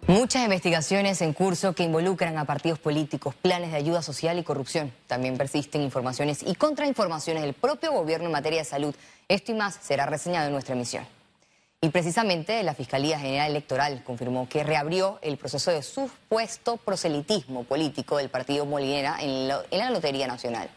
Muchas investigaciones en curso que involucran a partidos políticos, planes de ayuda social y corrupción. También persisten informaciones y contrainformaciones del propio gobierno en materia de salud. Esto y más será reseñado en nuestra emisión. Y precisamente la Fiscalía General Electoral confirmó que reabrió el proceso de supuesto proselitismo político del partido Molinera en la Lotería Nacional.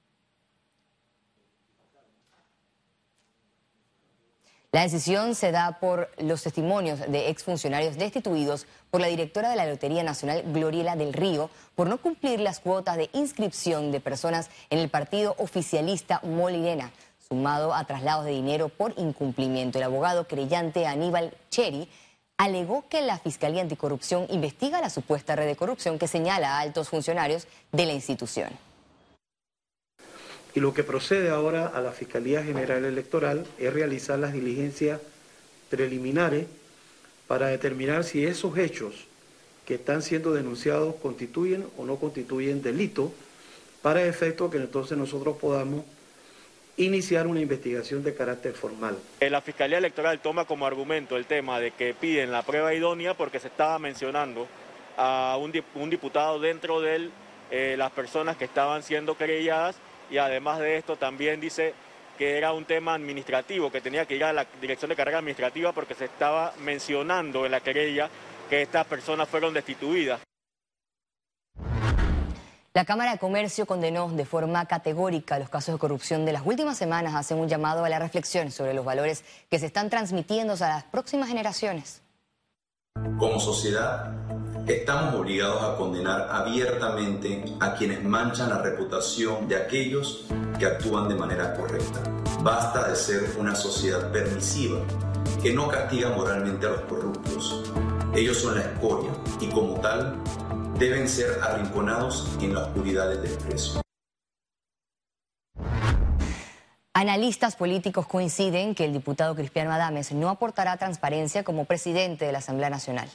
La decisión se da por los testimonios de exfuncionarios destituidos por la directora de la Lotería Nacional, Gloriela del Río, por no cumplir las cuotas de inscripción de personas en el partido oficialista Molinera, sumado a traslados de dinero por incumplimiento. El abogado querellante Aníbal Cheri alegó que la Fiscalía Anticorrupción investiga la supuesta red de corrupción que señala a altos funcionarios de la institución. Y lo que procede ahora a la Fiscalía General Electoral es realizar las diligencias preliminares para determinar si esos hechos que están siendo denunciados constituyen o no constituyen delito, para efecto que entonces nosotros podamos iniciar una investigación de carácter formal. La Fiscalía Electoral toma como argumento el tema de que piden la prueba idónea porque se estaba mencionando a un diputado dentro de las personas que estaban siendo querelladas. Y además de esto también dice que era un tema administrativo, que tenía que ir a la Dirección de Carrera Administrativa porque se estaba mencionando en la querella que estas personas fueron destituidas. La Cámara de Comercio condenó de forma categórica los casos de corrupción de las últimas semanas. Hacen un llamado a la reflexión sobre los valores que se están transmitiendo a las próximas generaciones. Como sociedad, estamos obligados a condenar abiertamente a quienes manchan la reputación de aquellos que actúan de manera correcta. Basta de ser una sociedad permisiva que no castiga moralmente a los corruptos. Ellos son la escoria y como tal deben ser arrinconados en la oscuridad del desprecio. Analistas políticos coinciden que el diputado Cristiano Adames no aportará transparencia como presidente de la Asamblea Nacional.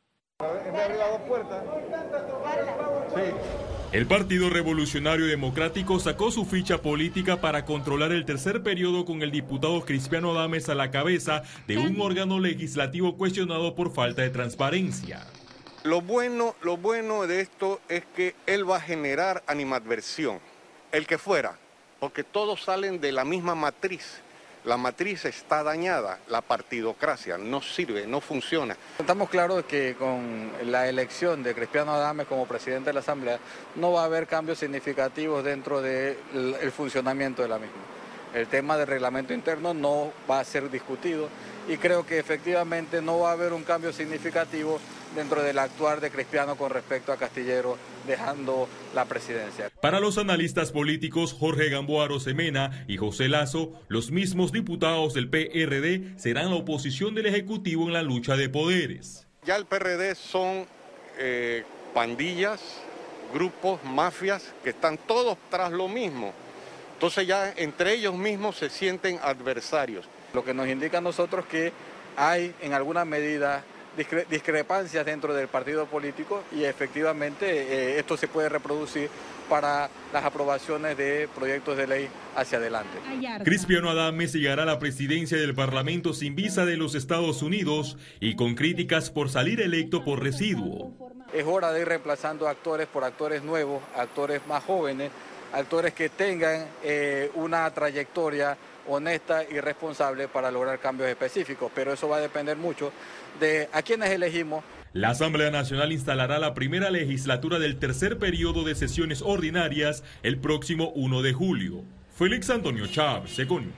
El Partido Revolucionario Democrático sacó su ficha política para controlar el tercer periodo con el diputado Cristiano Adames a la cabeza de un órgano legislativo cuestionado por falta de transparencia. Lo bueno de esto es que él va a generar animadversión, el que fuera, porque todos salen de la misma matriz. La matriz está dañada, la partidocracia no sirve, no funciona. Estamos claros que con la elección de Cristiano Adames como presidente de la Asamblea no va a haber cambios significativos dentro del funcionamiento de la misma. El tema del reglamento interno no va a ser discutido y creo que efectivamente no va a haber un cambio significativo dentro del actuar de Cristiano con respecto a Castillero dejando la presidencia. Para los analistas políticos Jorge Gamboa Arosemena y José Lazo, los mismos diputados del PRD serán la oposición del Ejecutivo en la lucha de poderes. Ya el PRD son pandillas, grupos, mafias que están todos tras lo mismo. Entonces ya entre ellos mismos se sienten adversarios. Lo que nos indica a nosotros que hay en alguna medida discrepancias dentro del partido político y efectivamente esto se puede reproducir para las aprobaciones de proyectos de ley hacia adelante. Cristiano Adames llegará a la presidencia del Parlamento sin visa de los Estados Unidos y con críticas por salir electo por residuo. Es hora de ir reemplazando actores por actores nuevos, actores más jóvenes, actores que tengan una trayectoria honesta y responsable para lograr cambios específicos, pero eso va a depender mucho de a quienes elegimos. La Asamblea Nacional instalará la primera legislatura del tercer periodo de sesiones ordinarias el próximo 1 de julio. Félix Antonio Chávez, Econius.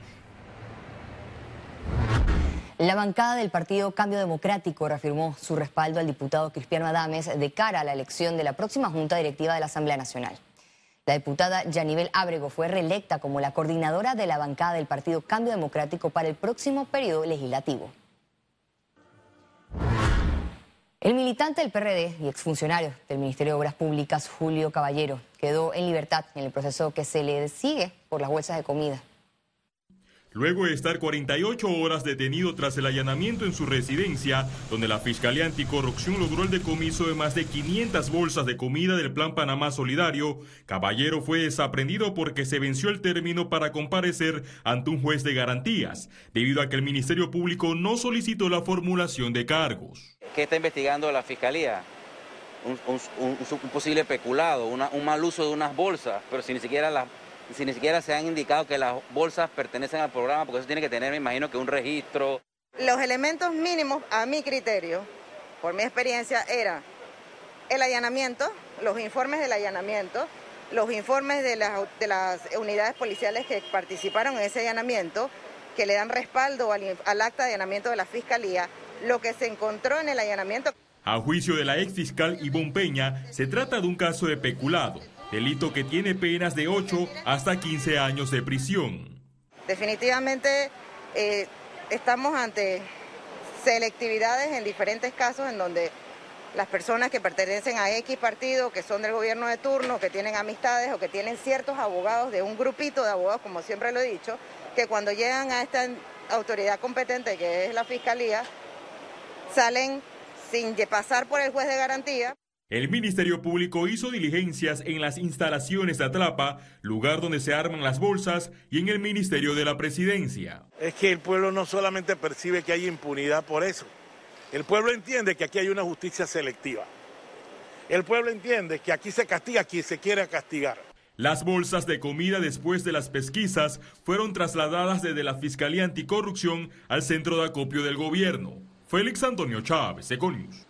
La bancada del Partido Cambio Democrático reafirmó su respaldo al diputado Cristiano Adames de cara a la elección de la próxima Junta Directiva de la Asamblea Nacional. La diputada Yanibel Ábrego fue reelecta como la coordinadora de la bancada del Partido Cambio Democrático para el próximo periodo legislativo. El militante del PRD y exfuncionario del Ministerio de Obras Públicas, Julio Caballero, quedó en libertad en el proceso que se le sigue por las bolsas de comida. Luego de estar 48 horas detenido tras el allanamiento en su residencia, donde la Fiscalía Anticorrupción logró el decomiso de más de 500 bolsas de comida del Plan Panamá Solidario, Caballero fue desaprendido porque se venció el término para comparecer ante un juez de garantías, debido a que el Ministerio Público no solicitó la formulación de cargos. ¿Qué está investigando la Fiscalía? Un posible peculado, un mal uso de unas bolsas, pero si ni siquiera se han indicado que las bolsas pertenecen al programa, porque eso tiene que tener, me imagino, que un registro. Los elementos mínimos, a mi criterio, por mi experiencia, era el allanamiento, los informes del allanamiento, los informes de las unidades policiales que participaron en ese allanamiento, que le dan respaldo al acta de allanamiento de la Fiscalía, lo que se encontró en el allanamiento. A juicio de la exfiscal Ivonne Peña, se trata de un caso de peculado, delito que tiene penas de 8 hasta 15 años de prisión. Definitivamente estamos ante selectividades en diferentes casos en donde las personas que pertenecen a X partido, que son del gobierno de turno, que tienen amistades o que tienen ciertos abogados de un grupito de abogados, como siempre lo he dicho, que cuando llegan a esta autoridad competente que es la Fiscalía, salen sin pasar por el juez de garantía. El Ministerio Público hizo diligencias en las instalaciones de Atlapa, lugar donde se arman las bolsas, y en el Ministerio de la Presidencia. Es que el pueblo no solamente percibe que hay impunidad por eso. El pueblo entiende que aquí hay una justicia selectiva. El pueblo entiende que aquí se castiga a quien se quiere castigar. Las bolsas de comida después de las pesquisas fueron trasladadas desde la Fiscalía Anticorrupción al centro de acopio del gobierno. Félix Antonio Chávez, Econius.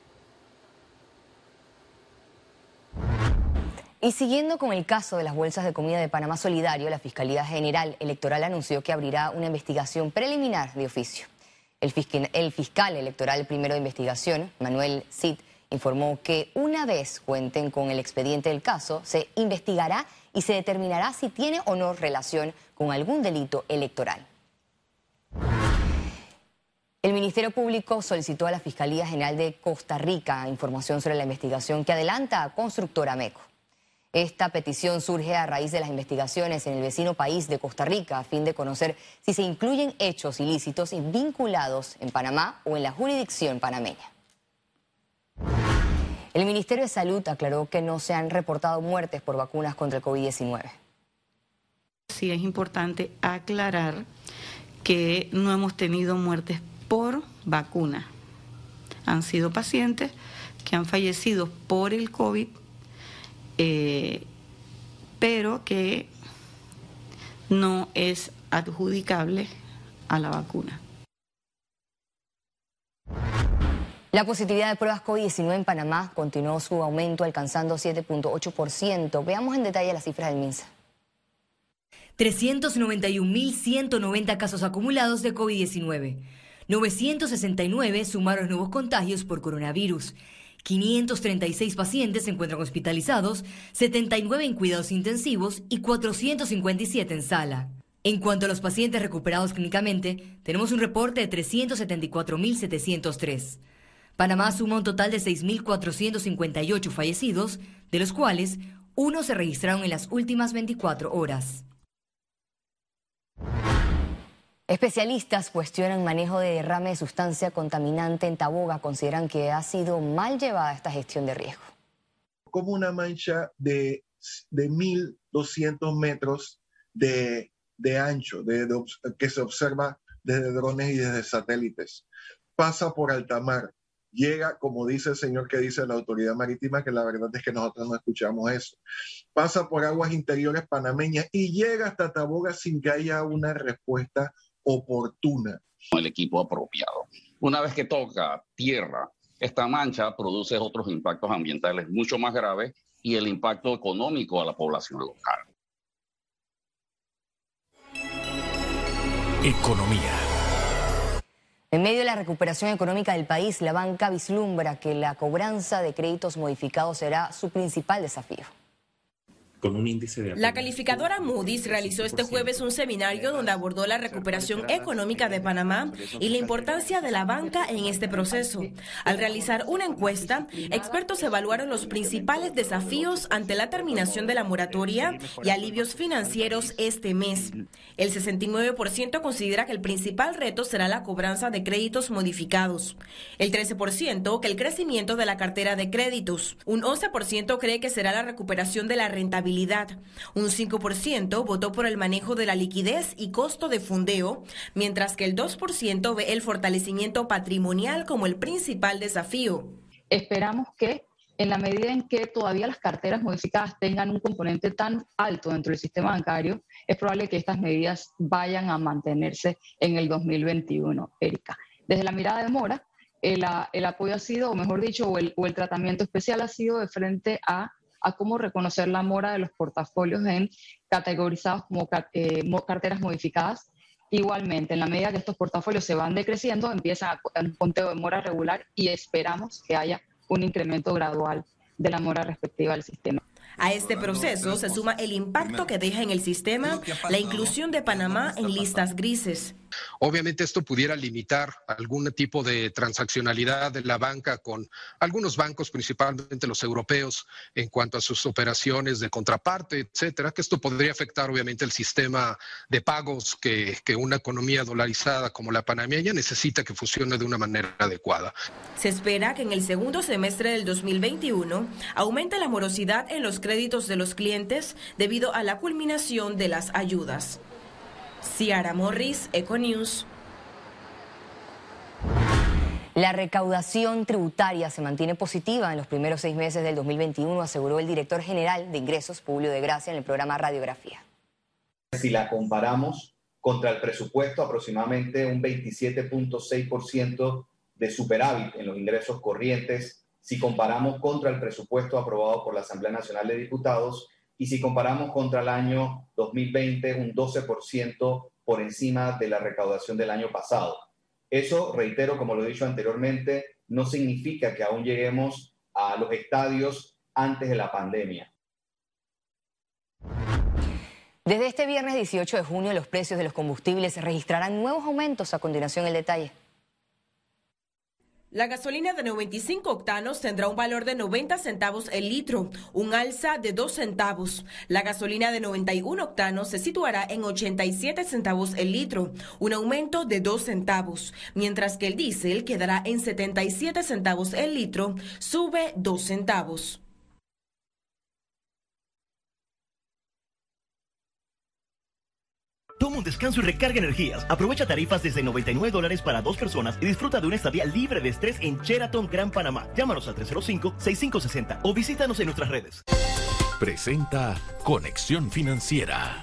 Y siguiendo con el caso de las bolsas de comida de Panamá Solidario, la Fiscalía General Electoral anunció que abrirá una investigación preliminar de oficio. El fiscal electoral primero de investigación, Manuel Cid, informó que una vez cuenten con el expediente del caso, se investigará y se determinará si tiene o no relación con algún delito electoral. El Ministerio Público solicitó a la Fiscalía General de Costa Rica información sobre la investigación que adelanta a Constructora Meco. Esta petición surge a raíz de las investigaciones en el vecino país de Costa Rica a fin de conocer si se incluyen hechos ilícitos y vinculados en Panamá o en la jurisdicción panameña. El Ministerio de Salud aclaró que no se han reportado muertes por vacunas contra el COVID-19. Sí, es importante aclarar que no hemos tenido muertes por vacuna. Han sido pacientes que han fallecido por el COVID, pero que no es adjudicable a la vacuna. La positividad de pruebas COVID-19 en Panamá continuó su aumento alcanzando 7.8%. Veamos en detalle las cifras del MINSA. 391.190 casos acumulados de COVID-19. 969 sumaron nuevos contagios por coronavirus. 536 pacientes se encuentran hospitalizados, 79 en cuidados intensivos y 457 en sala. En cuanto a los pacientes recuperados clínicamente, tenemos un reporte de 374.703. Panamá suma un total de 6.458 fallecidos, de los cuales 1 se registraron en las últimas 24 horas. Especialistas cuestionan manejo de derrame de sustancia contaminante en Taboga. Consideran que ha sido mal llevada esta gestión de riesgo. Como una mancha de 1.200 metros de ancho que se observa desde drones y desde satélites. Pasa por alta mar. Llega, como dice el señor que dice la autoridad marítima, que la verdad es que nosotros no escuchamos eso. Pasa por aguas interiores panameñas y llega hasta Taboga sin que haya una respuesta oportuna. El equipo apropiado. Una vez que toca tierra, esta mancha produce otros impactos ambientales mucho más graves y el impacto económico a la población local. Economía. En medio de la recuperación económica del país, la banca vislumbra que la cobranza de créditos modificados será su principal desafío. Con un índice de... La calificadora Moody's realizó este jueves un seminario donde abordó la recuperación económica de Panamá y la importancia de la banca en este proceso. Al realizar una encuesta, expertos evaluaron los principales desafíos ante la terminación de la moratoria y alivios financieros este mes. El 69% considera que el principal reto será la cobranza de créditos modificados. El 13% que el crecimiento de la cartera de créditos. Un 11% cree que será la recuperación de la rentabilidad rentabilidad. Un 5% votó por el manejo de la liquidez y costo de fondeo, mientras que el 2% ve el fortalecimiento patrimonial como el principal desafío. Esperamos que en la medida en que todavía las carteras modificadas tengan un componente tan alto dentro del sistema bancario, es probable que estas medidas vayan a mantenerse en el 2021, Erika. Desde la mirada de Mora, el apoyo ha sido, o mejor dicho, o el tratamiento especial ha sido de frente a cómo reconocer la mora de los portafolios categorizados como carteras modificadas. Igualmente, en la medida que estos portafolios se van decreciendo, empieza un conteo de mora regular y esperamos que haya un incremento gradual de la mora respectiva al sistema. A este proceso se suma el impacto que deja en el sistema la inclusión de Panamá en listas grises. Obviamente esto pudiera limitar algún tipo de transaccionalidad de la banca con algunos bancos, principalmente los europeos, en cuanto a sus operaciones de contraparte, etcétera, que esto podría afectar obviamente el sistema de pagos que una economía dolarizada como la panameña necesita que funcione de una manera adecuada. Se espera que en el segundo semestre del 2021 aumente la morosidad en los créditos de los clientes debido a la culminación de las ayudas. Ciara Morris, Econews. La recaudación tributaria se mantiene positiva en los primeros 6 meses del 2021, aseguró el director general de Ingresos, Publio de Gracia, en el programa Radiografía. Si la comparamos contra el presupuesto, aproximadamente un 27.6% de superávit en los ingresos corrientes, si comparamos contra el presupuesto aprobado por la Asamblea Nacional de Diputados, y si comparamos contra el año 2020, un 12% por encima de la recaudación del año pasado. Eso, reitero, como lo he dicho anteriormente, no significa que aún lleguemos a los estadios antes de la pandemia. Desde este viernes 18 de junio, los precios de los combustibles registrarán nuevos aumentos. A continuación, el detalle. La gasolina de 95 octanos tendrá un valor de 90 centavos el litro, un alza de 2 centavos. La gasolina de 91 octanos se situará en 87 centavos el litro, un aumento de 2 centavos, mientras que el diésel quedará en 77 centavos el litro, sube 2 centavos. Toma un descanso y recarga energías. Aprovecha tarifas desde $99 para 2 personas y disfruta de una estadía libre de estrés en Sheraton Gran Panamá. Llámanos al 305-6560 o visítanos en nuestras redes. Presenta Conexión Financiera.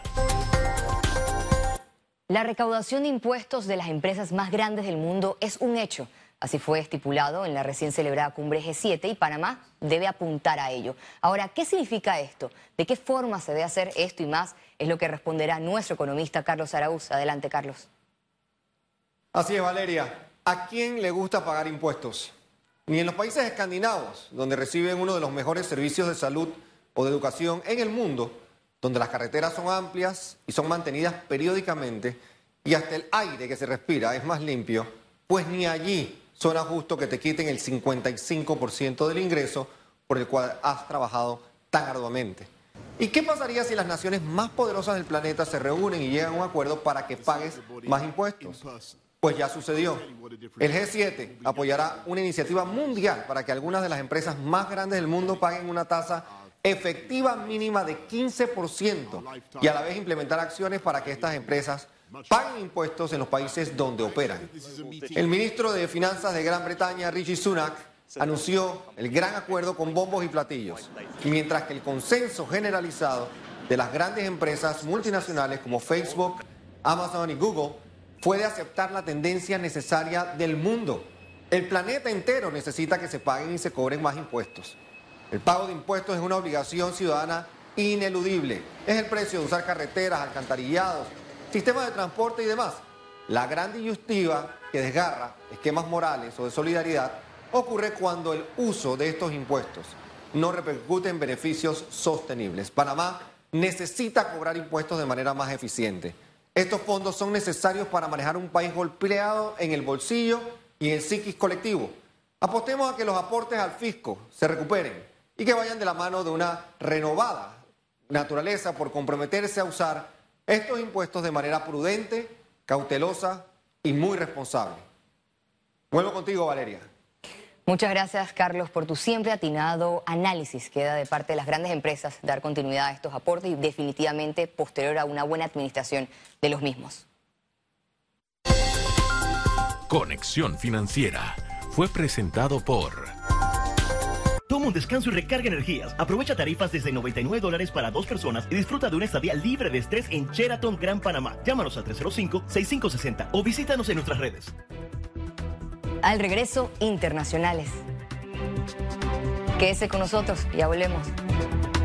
La recaudación de impuestos de las empresas más grandes del mundo es un hecho. Así fue estipulado en la recién celebrada cumbre G7 y Panamá debe apuntar a ello. Ahora, ¿qué significa esto? ¿De qué forma se debe hacer esto y más? Es lo que responderá nuestro economista Carlos Araúz. Adelante, Carlos. Así es, Valeria. ¿A quién le gusta pagar impuestos? Ni en los países escandinavos, donde reciben uno de los mejores servicios de salud o de educación en el mundo, donde las carreteras son amplias y son mantenidas periódicamente y hasta el aire que se respira es más limpio, pues ni allí suena justo que te quiten el 55% del ingreso por el cual has trabajado tan arduamente. ¿Y qué pasaría si las naciones más poderosas del planeta se reúnen y llegan a un acuerdo para que pagues más impuestos? Pues ya sucedió. El G7 apoyará una iniciativa mundial para que algunas de las empresas más grandes del mundo paguen una tasa efectiva mínima de 15% y a la vez implementar acciones para que estas empresas paguen impuestos en los países donde operan. El ministro de Finanzas de Gran Bretaña, Rishi Sunak, anunció el gran acuerdo con bombos y platillos, mientras que el consenso generalizado de las grandes empresas multinacionales como Facebook, Amazon y Google fue de aceptar la tendencia necesaria del mundo. El planeta entero necesita que se paguen y se cobren más impuestos. El pago de impuestos es una obligación ciudadana ineludible. Es el precio de usar carreteras, alcantarillados, sistemas de transporte y demás. La gran disyuntiva que desgarra esquemas morales o de solidaridad ocurre cuando el uso de estos impuestos no repercute en beneficios sostenibles. Panamá necesita cobrar impuestos de manera más eficiente. Estos fondos son necesarios para manejar un país golpeado en el bolsillo y en el psiquis colectivo. Apostemos a que los aportes al fisco se recuperen y que vayan de la mano de una renovada naturaleza por comprometerse a usar estos impuestos de manera prudente, cautelosa y muy responsable. Vuelvo contigo, Valeria. Muchas gracias, Carlos, por tu siempre atinado análisis. Queda de parte de las grandes empresas dar continuidad a estos aportes y definitivamente posterior a una buena administración de los mismos. Conexión Financiera fue presentado por... Toma un descanso y recarga energías. Aprovecha tarifas desde $99 para 2 personas y disfruta de una estadía libre de estrés en Sheraton Gran Panamá. Llámanos al 305-6560 o visítanos en nuestras redes. Al regreso, internacionales. Quédese con nosotros, ya volvemos.